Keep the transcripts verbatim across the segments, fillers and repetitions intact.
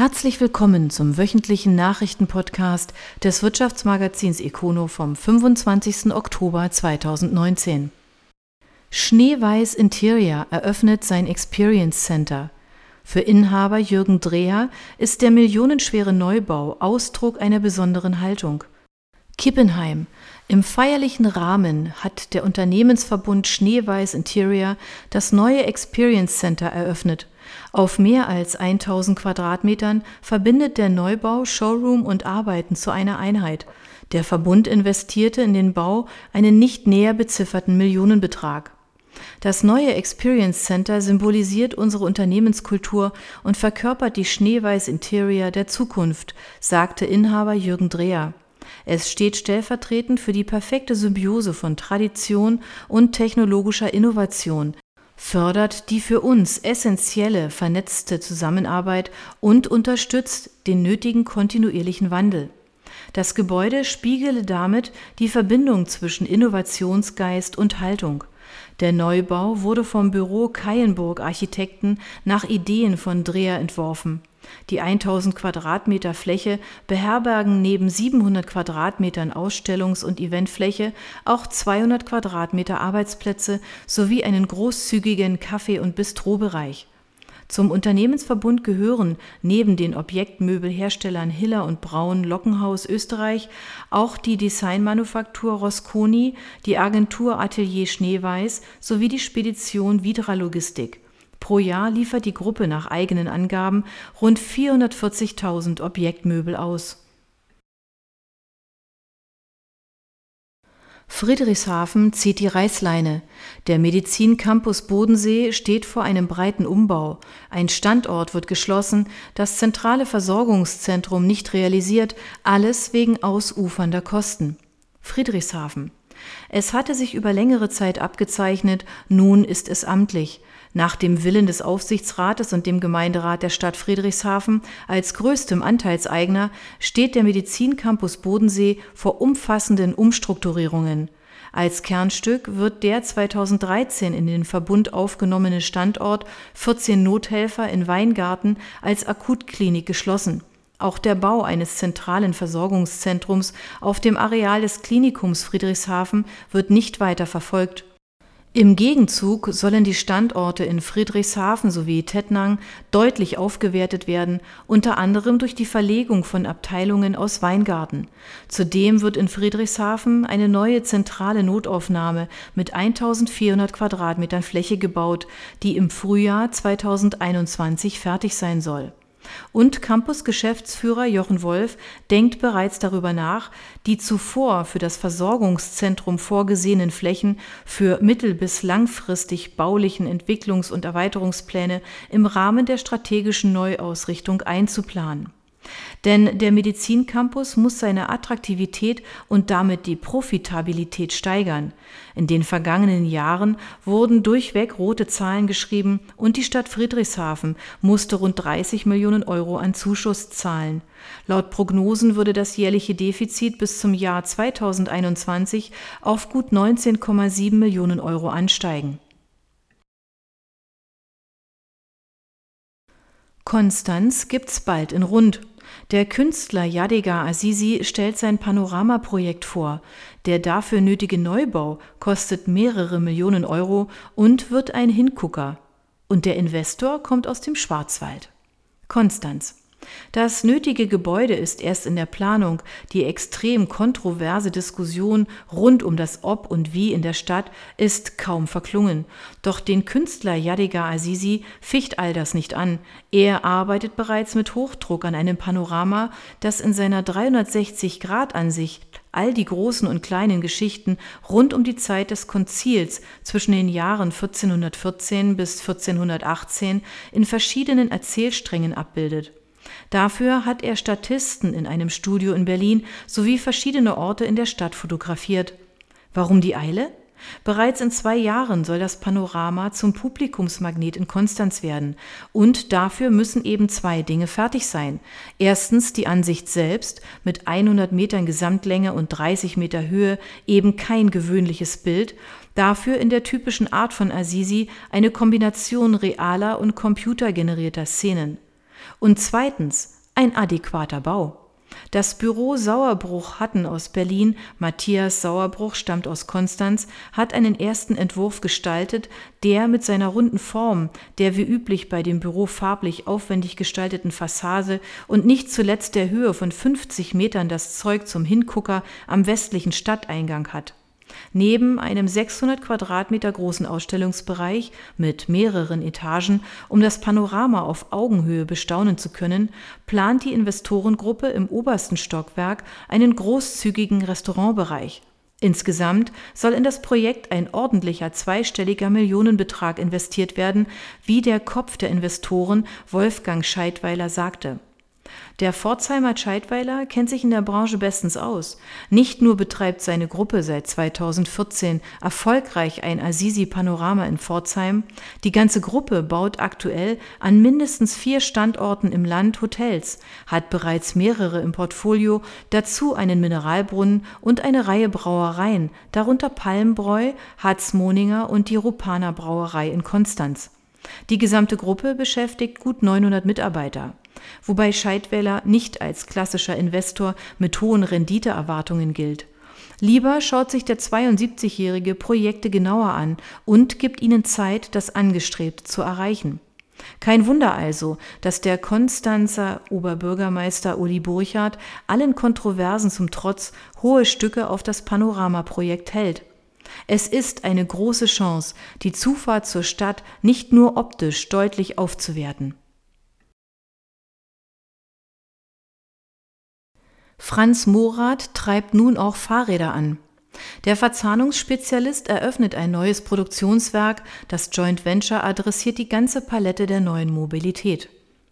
Herzlich willkommen zum wöchentlichen Nachrichtenpodcast des Wirtschaftsmagazins Econo vom fünfundzwanzigsten Oktober zweitausendneunzehn. Schneeweiß Interior eröffnet sein Experience Center. Für Inhaber Jürgen Dreher ist der millionenschwere Neubau Ausdruck einer besonderen Haltung. Kippenheim. Im feierlichen Rahmen hat der Unternehmensverbund Schneeweiß Interior das neue Experience Center eröffnet. Auf mehr als tausend Quadratmetern verbindet der Neubau Showroom und Arbeiten zu einer Einheit. Der Verbund investierte in den Bau einen nicht näher bezifferten Millionenbetrag. Das neue Experience Center symbolisiert unsere Unternehmenskultur und verkörpert die Schneeweiß Interior der Zukunft, sagte Inhaber Jürgen Dreher. Es steht stellvertretend für die perfekte Symbiose von Tradition und technologischer Innovation, fördert die für uns essentielle vernetzte Zusammenarbeit und unterstützt den nötigen kontinuierlichen Wandel. Das Gebäude spiegele damit die Verbindung zwischen Innovationsgeist und Haltung. Der Neubau wurde vom Büro Keienburg Architekten nach Ideen von Dreher entworfen. Die tausend Quadratmeter Fläche beherbergen neben siebenhundert Quadratmetern Ausstellungs- und Eventfläche auch zweihundert Quadratmeter Arbeitsplätze sowie einen großzügigen Kaffee- und Bistrobereich. Zum Unternehmensverbund gehören neben den Objektmöbelherstellern Hiller und Braun Lockenhaus Österreich auch die Designmanufaktur Rosconi, die Agentur Atelier Schneeweiß sowie die Spedition Vidra Logistik. Pro Jahr liefert die Gruppe nach eigenen Angaben rund vierhundertvierzigtausend Objektmöbel aus. Friedrichshafen zieht die Reißleine. Der Medizin-Campus Bodensee steht vor einem breiten Umbau. Ein Standort wird geschlossen, das zentrale Versorgungszentrum nicht realisiert, alles wegen ausufernder Kosten. Friedrichshafen. Es hatte sich über längere Zeit abgezeichnet, nun ist es amtlich. Nach dem Willen des Aufsichtsrates und dem Gemeinderat der Stadt Friedrichshafen als größtem Anteilseigner steht der Medizin-Campus Bodensee vor umfassenden Umstrukturierungen. Als Kernstück wird der zweitausenddreizehn in den Verbund aufgenommene Standort vierzehn Nothelfer in Weingarten als Akutklinik geschlossen. Auch der Bau eines zentralen Versorgungszentrums auf dem Areal des Klinikums Friedrichshafen wird nicht weiter verfolgt. Im Gegenzug sollen die Standorte in Friedrichshafen sowie Tettnang deutlich aufgewertet werden, unter anderem durch die Verlegung von Abteilungen aus Weingarten. Zudem wird in Friedrichshafen eine neue zentrale Notaufnahme mit eintausendvierhundert Quadratmetern Fläche gebaut, die im Frühjahr zweitausendeinundzwanzig fertig sein soll. Und Campus-Geschäftsführer Jochen Wolf denkt bereits darüber nach, die zuvor für das Versorgungszentrum vorgesehenen Flächen für mittel- bis langfristig baulichen Entwicklungs- und Erweiterungspläne im Rahmen der strategischen Neuausrichtung einzuplanen. Denn der Medizin-Campus muss seine Attraktivität und damit die Profitabilität steigern. In den vergangenen Jahren wurden durchweg rote Zahlen geschrieben und die Stadt Friedrichshafen musste rund dreißig Millionen Euro an Zuschuss zahlen. Laut Prognosen würde das jährliche Defizit bis zum Jahr zweitausendeinundzwanzig auf gut neunzehn Komma sieben Millionen Euro ansteigen. Konstanz gibt's bald in Rund. Der Künstler Yadigar Azizi stellt sein Panoramaprojekt vor. Der dafür nötige Neubau kostet mehrere Millionen Euro und wird ein Hingucker. Und der Investor kommt aus dem Schwarzwald. Konstanz. Das nötige Gebäude ist erst in der Planung. Die extrem kontroverse Diskussion rund um das Ob und Wie in der Stadt ist kaum verklungen. Doch den Künstler Yadigar Azizi ficht all das nicht an. Er arbeitet bereits mit Hochdruck an einem Panorama, das in seiner dreihundertsechzig Grad Ansicht all die großen und kleinen Geschichten rund um die Zeit des Konzils zwischen den Jahren vierzehnhundertvierzehn bis vierzehnhundertachtzehn in verschiedenen Erzählsträngen abbildet. Dafür hat er Statisten in einem Studio in Berlin sowie verschiedene Orte in der Stadt fotografiert. Warum die Eile? Bereits in zwei Jahren soll das Panorama zum Publikumsmagnet in Konstanz werden. Und dafür müssen eben zwei Dinge fertig sein. Erstens die Ansicht selbst mit hundert Metern Gesamtlänge und dreißig Meter Höhe, eben kein gewöhnliches Bild. Dafür in der typischen Art von Azizi eine Kombination realer und computergenerierter Szenen. Und zweitens ein adäquater Bau. Das Büro Sauerbruch-Hatten aus Berlin, Matthias Sauerbruch stammt aus Konstanz, hat einen ersten Entwurf gestaltet, der mit seiner runden Form, der wie üblich bei dem Büro farblich aufwendig gestalteten Fassade und nicht zuletzt der Höhe von fünfzig Metern das Zeug zum Hingucker am westlichen Stadteingang hat. Neben einem sechshundert Quadratmeter großen Ausstellungsbereich mit mehreren Etagen, um das Panorama auf Augenhöhe bestaunen zu können, plant die Investorengruppe im obersten Stockwerk einen großzügigen Restaurantbereich. Insgesamt soll in das Projekt ein ordentlicher zweistelliger Millionenbetrag investiert werden, wie der Kopf der Investoren Wolfgang Scheidweiler sagte. Der Pforzheimer Scheidweiler kennt sich in der Branche bestens aus. Nicht nur betreibt seine Gruppe seit zweitausendvierzehn erfolgreich ein Assisi-Panorama in Pforzheim, die ganze Gruppe baut aktuell an mindestens vier Standorten im Land Hotels, hat bereits mehrere im Portfolio, dazu einen Mineralbrunnen und eine Reihe Brauereien, darunter Palmbräu, Hatz-Moninger und die Rupana Brauerei in Konstanz. Die gesamte Gruppe beschäftigt gut neunhundert Mitarbeiter. Wobei Scheidweiler nicht als klassischer Investor mit hohen Renditeerwartungen gilt. Lieber schaut sich der zweiundsiebzigjährige Projekte genauer an und gibt ihnen Zeit, das Angestrebte zu erreichen. Kein Wunder also, dass der Konstanzer Oberbürgermeister Uli Burchardt allen Kontroversen zum Trotz hohe Stücke auf das Panoramaprojekt hält. Es ist eine große Chance, die Zufahrt zur Stadt nicht nur optisch deutlich aufzuwerten. Franz Morath treibt nun auch Fahrräder an. Der Verzahnungsspezialist eröffnet ein neues Produktionswerk, das Joint Venture adressiert die ganze Palette der neuen Mobilität.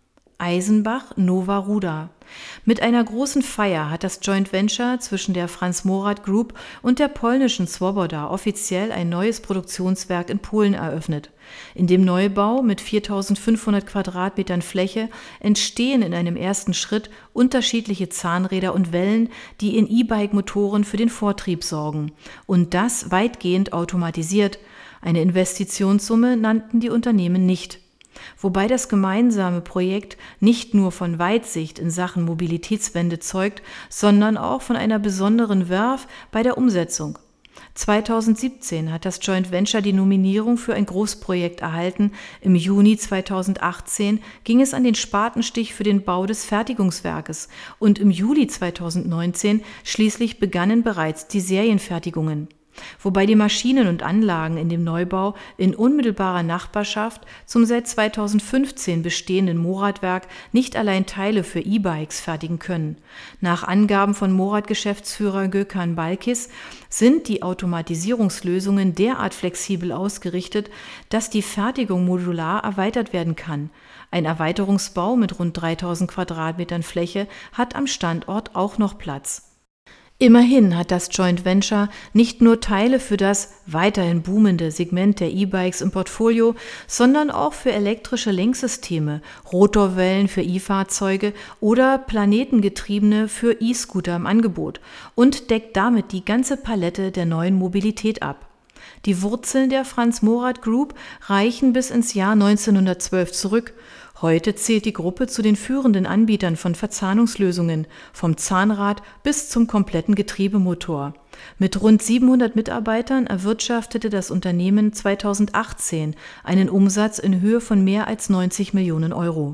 Eisenbach Nova Ruda. Mit einer großen Feier hat das Joint Venture zwischen der Franz Morath Group und der polnischen Swoboda offiziell ein neues Produktionswerk in Polen eröffnet. In dem Neubau mit viertausendfünfhundert Quadratmetern Fläche entstehen in einem ersten Schritt unterschiedliche Zahnräder und Wellen, die in E-Bike-Motoren für den Vortrieb sorgen. Und das weitgehend automatisiert. Eine Investitionssumme nannten die Unternehmen nicht. Wobei das gemeinsame Projekt nicht nur von Weitsicht in Sachen Mobilitätswende zeugt, sondern auch von einer besonderen Verve bei der Umsetzung. zweitausendsiebzehn hat das Joint Venture die Nominierung für ein Großprojekt erhalten. Im Juni zweitausendachtzehn ging es an den Spatenstich für den Bau des Fertigungswerkes und im Juli zweitausendneunzehn schließlich begannen bereits die Serienfertigungen. Wobei die Maschinen und Anlagen in dem Neubau in unmittelbarer Nachbarschaft zum seit zweitausendfünfzehn bestehenden Morath-Werk nicht allein Teile für E-Bikes fertigen können. Nach Angaben von Morath-Geschäftsführer Gökhan Balkis sind die Automatisierungslösungen derart flexibel ausgerichtet, dass die Fertigung modular erweitert werden kann. Ein Erweiterungsbau mit rund dreitausend Quadratmetern Fläche hat am Standort auch noch Platz. Immerhin hat das Joint Venture nicht nur Teile für das weiterhin boomende Segment der E-Bikes im Portfolio, sondern auch für elektrische Lenksysteme, Rotorwellen für E-Fahrzeuge oder planetengetriebene für E-Scooter im Angebot und deckt damit die ganze Palette der neuen Mobilität ab. Die Wurzeln der Franz Morath Group reichen bis ins Jahr neunzehnhundertzwölf zurück. Heute zählt die Gruppe zu den führenden Anbietern von Verzahnungslösungen, vom Zahnrad bis zum kompletten Getriebemotor. Mit rund siebenhundert Mitarbeitern erwirtschaftete das Unternehmen zweitausendachtzehn einen Umsatz in Höhe von mehr als neunzig Millionen Euro.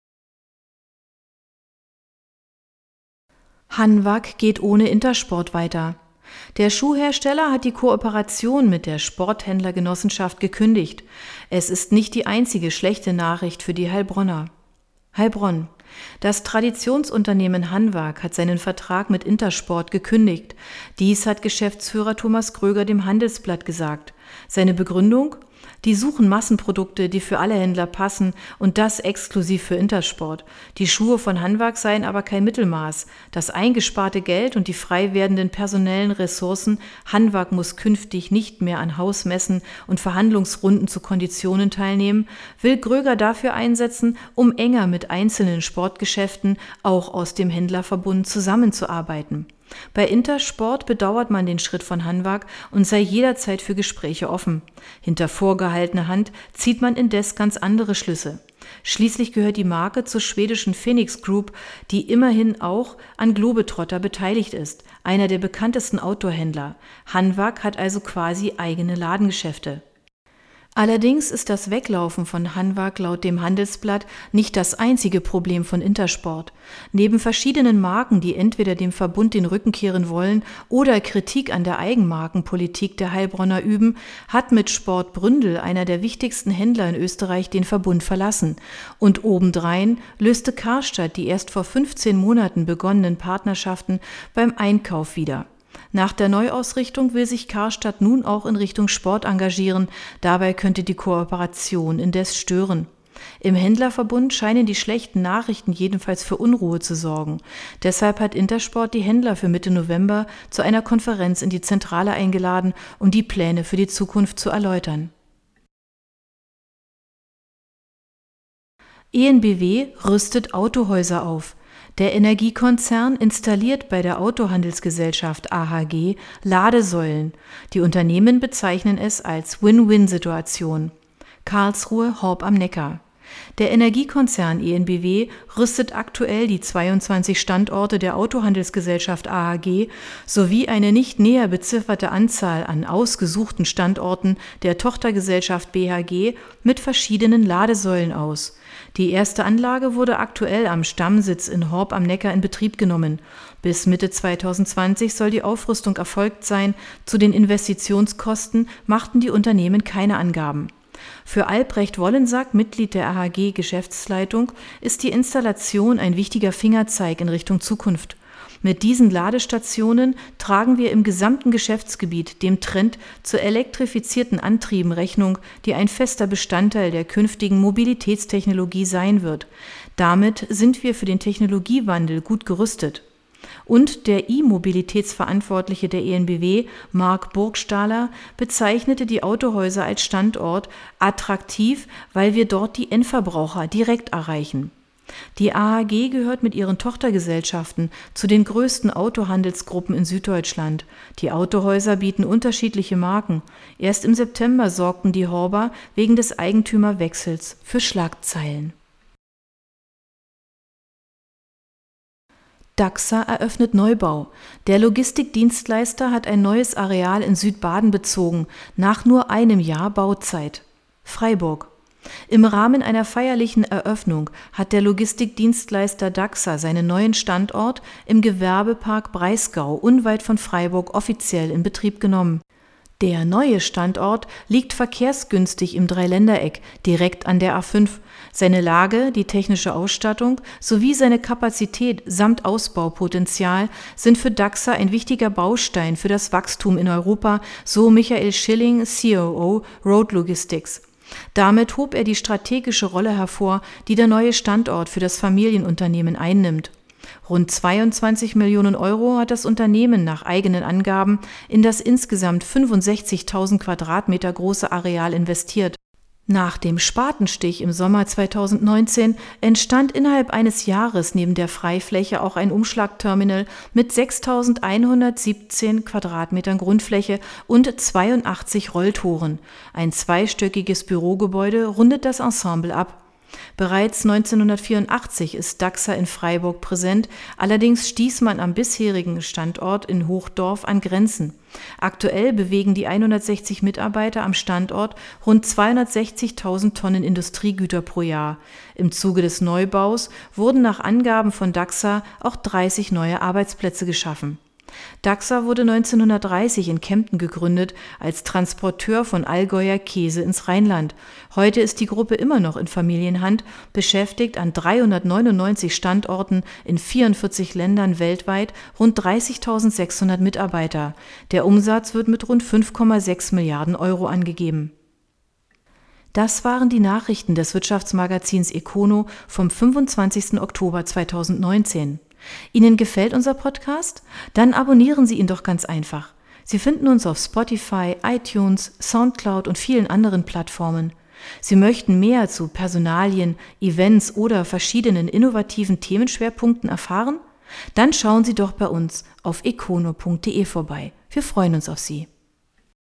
Hanwag geht ohne Intersport weiter. Der Schuhhersteller hat die Kooperation mit der Sporthändlergenossenschaft gekündigt. Es ist nicht die einzige schlechte Nachricht für die Heilbronner. Heilbronn. Das Traditionsunternehmen Hanwag hat seinen Vertrag mit Intersport gekündigt. Dies hat Geschäftsführer Thomas Gröger dem Handelsblatt gesagt. Seine Begründung? Die suchen Massenprodukte, die für alle Händler passen und das exklusiv für Intersport. Die Schuhe von Hanwag seien aber kein Mittelmaß. Das eingesparte Geld und die frei werdenden personellen Ressourcen, Hanwag muss künftig nicht mehr an Hausmessen und Verhandlungsrunden zu Konditionen teilnehmen, will Gröger dafür einsetzen, um enger mit einzelnen Sportgeschäften, auch aus dem Händlerverbund, zusammenzuarbeiten. Bei Intersport bedauert man den Schritt von Hanwag und sei jederzeit für Gespräche offen. Hinter vorgehaltener Hand zieht man indes ganz andere Schlüsse. Schließlich gehört die Marke zur schwedischen Phoenix Group, die immerhin auch an Globetrotter beteiligt ist, einer der bekanntesten Outdoor-Händler. Hanwag hat also quasi eigene Ladengeschäfte. Allerdings ist das Weglaufen von Hanwag laut dem Handelsblatt nicht das einzige Problem von Intersport. Neben verschiedenen Marken, die entweder dem Verbund den Rücken kehren wollen oder Kritik an der Eigenmarkenpolitik der Heilbronner üben, hat mit Sport Bründel, einer der wichtigsten Händler in Österreich, den Verbund verlassen. Und obendrein löste Karstadt die erst vor fünfzehn Monaten begonnenen Partnerschaften beim Einkauf wieder. Nach der Neuausrichtung will sich Karstadt nun auch in Richtung Sport engagieren, dabei könnte die Kooperation indes stören. Im Händlerverbund scheinen die schlechten Nachrichten jedenfalls für Unruhe zu sorgen. Deshalb hat Intersport die Händler für Mitte November zu einer Konferenz in die Zentrale eingeladen, um die Pläne für die Zukunft zu erläutern. E N B W rüstet Autohäuser auf. Der Energiekonzern installiert bei der Autohandelsgesellschaft A H G Ladesäulen. Die Unternehmen bezeichnen es als Win-Win-Situation. Karlsruhe, Horb am Neckar. Der Energiekonzern E N B W rüstet aktuell die zweiundzwanzig Standorte der Autohandelsgesellschaft A H G sowie eine nicht näher bezifferte Anzahl an ausgesuchten Standorten der Tochtergesellschaft B H G mit verschiedenen Ladesäulen aus. Die erste Anlage wurde aktuell am Stammsitz in Horb am Neckar in Betrieb genommen. Bis Mitte zweitausendzwanzig soll die Aufrüstung erfolgt sein. Zu den Investitionskosten machten die Unternehmen keine Angaben. Für Albrecht Wollensack, Mitglied der A H G-Geschäftsleitung, ist die Installation ein wichtiger Fingerzeig in Richtung Zukunft. Mit diesen Ladestationen tragen wir im gesamten Geschäftsgebiet dem Trend zu elektrifizierten Antrieben Rechnung, die ein fester Bestandteil der künftigen Mobilitätstechnologie sein wird. Damit sind wir für den Technologiewandel gut gerüstet. Und der E-Mobilitätsverantwortliche der E N B W, Marc Burgstahler, bezeichnete die Autohäuser als Standort attraktiv, weil wir dort die Endverbraucher direkt erreichen. Die A H G gehört mit ihren Tochtergesellschaften zu den größten Autohandelsgruppen in Süddeutschland. Die Autohäuser bieten unterschiedliche Marken. Erst im September sorgten die Horber wegen des Eigentümerwechsels für Schlagzeilen. Daxa eröffnet Neubau. Der Logistikdienstleister hat ein neues Areal in Südbaden bezogen, nach nur einem Jahr Bauzeit. Freiburg. Im Rahmen einer feierlichen Eröffnung hat der Logistikdienstleister Daxa seinen neuen Standort im Gewerbepark Breisgau unweit von Freiburg offiziell in Betrieb genommen. Der neue Standort liegt verkehrsgünstig im Dreiländereck, direkt an der A fünf. Seine Lage, die technische Ausstattung sowie seine Kapazität samt Ausbaupotenzial sind für Daxa ein wichtiger Baustein für das Wachstum in Europa, so Michael Schilling, C O O Road Logistics. Damit hob er die strategische Rolle hervor, die der neue Standort für das Familienunternehmen einnimmt. Rund zweiundzwanzig Millionen Euro hat das Unternehmen nach eigenen Angaben in das insgesamt fünfundsechzigtausend Quadratmeter große Areal investiert. Nach dem Spatenstich im Sommer zweitausendneunzehn entstand innerhalb eines Jahres neben der Freifläche auch ein Umschlagterminal mit sechstausendeinhundertsiebzehn Quadratmetern Grundfläche und zweiundachtzig Rolltoren. Ein zweistöckiges Bürogebäude rundet das Ensemble ab. Bereits neunzehnhundertvierundachtzig ist Daxa in Freiburg präsent, allerdings stieß man am bisherigen Standort in Hochdorf an Grenzen. Aktuell bewegen die hundertsechzig Mitarbeiter am Standort rund zweihundertsechzigtausend Tonnen Industriegüter pro Jahr. Im Zuge des Neubaus wurden nach Angaben von Daxa auch dreißig neue Arbeitsplätze geschaffen. Daxa wurde neunzehnhundertdreißig in Kempten gegründet als Transporteur von Allgäuer Käse ins Rheinland. Heute ist die Gruppe immer noch in Familienhand, beschäftigt an dreihundertneunundneunzig Standorten in vierundvierzig Ländern weltweit rund dreißigtausendsechshundert Mitarbeiter. Der Umsatz wird mit rund fünf Komma sechs Milliarden Euro angegeben. Das waren die Nachrichten des Wirtschaftsmagazins Econo vom fünfundzwanzigsten Oktober zweitausendneunzehn. Ihnen gefällt unser Podcast? Dann abonnieren Sie ihn doch ganz einfach. Sie finden uns auf Spotify, iTunes, Soundcloud und vielen anderen Plattformen. Sie möchten mehr zu Personalien, Events oder verschiedenen innovativen Themenschwerpunkten erfahren? Dann schauen Sie doch bei uns auf econo punkt de vorbei. Wir freuen uns auf Sie.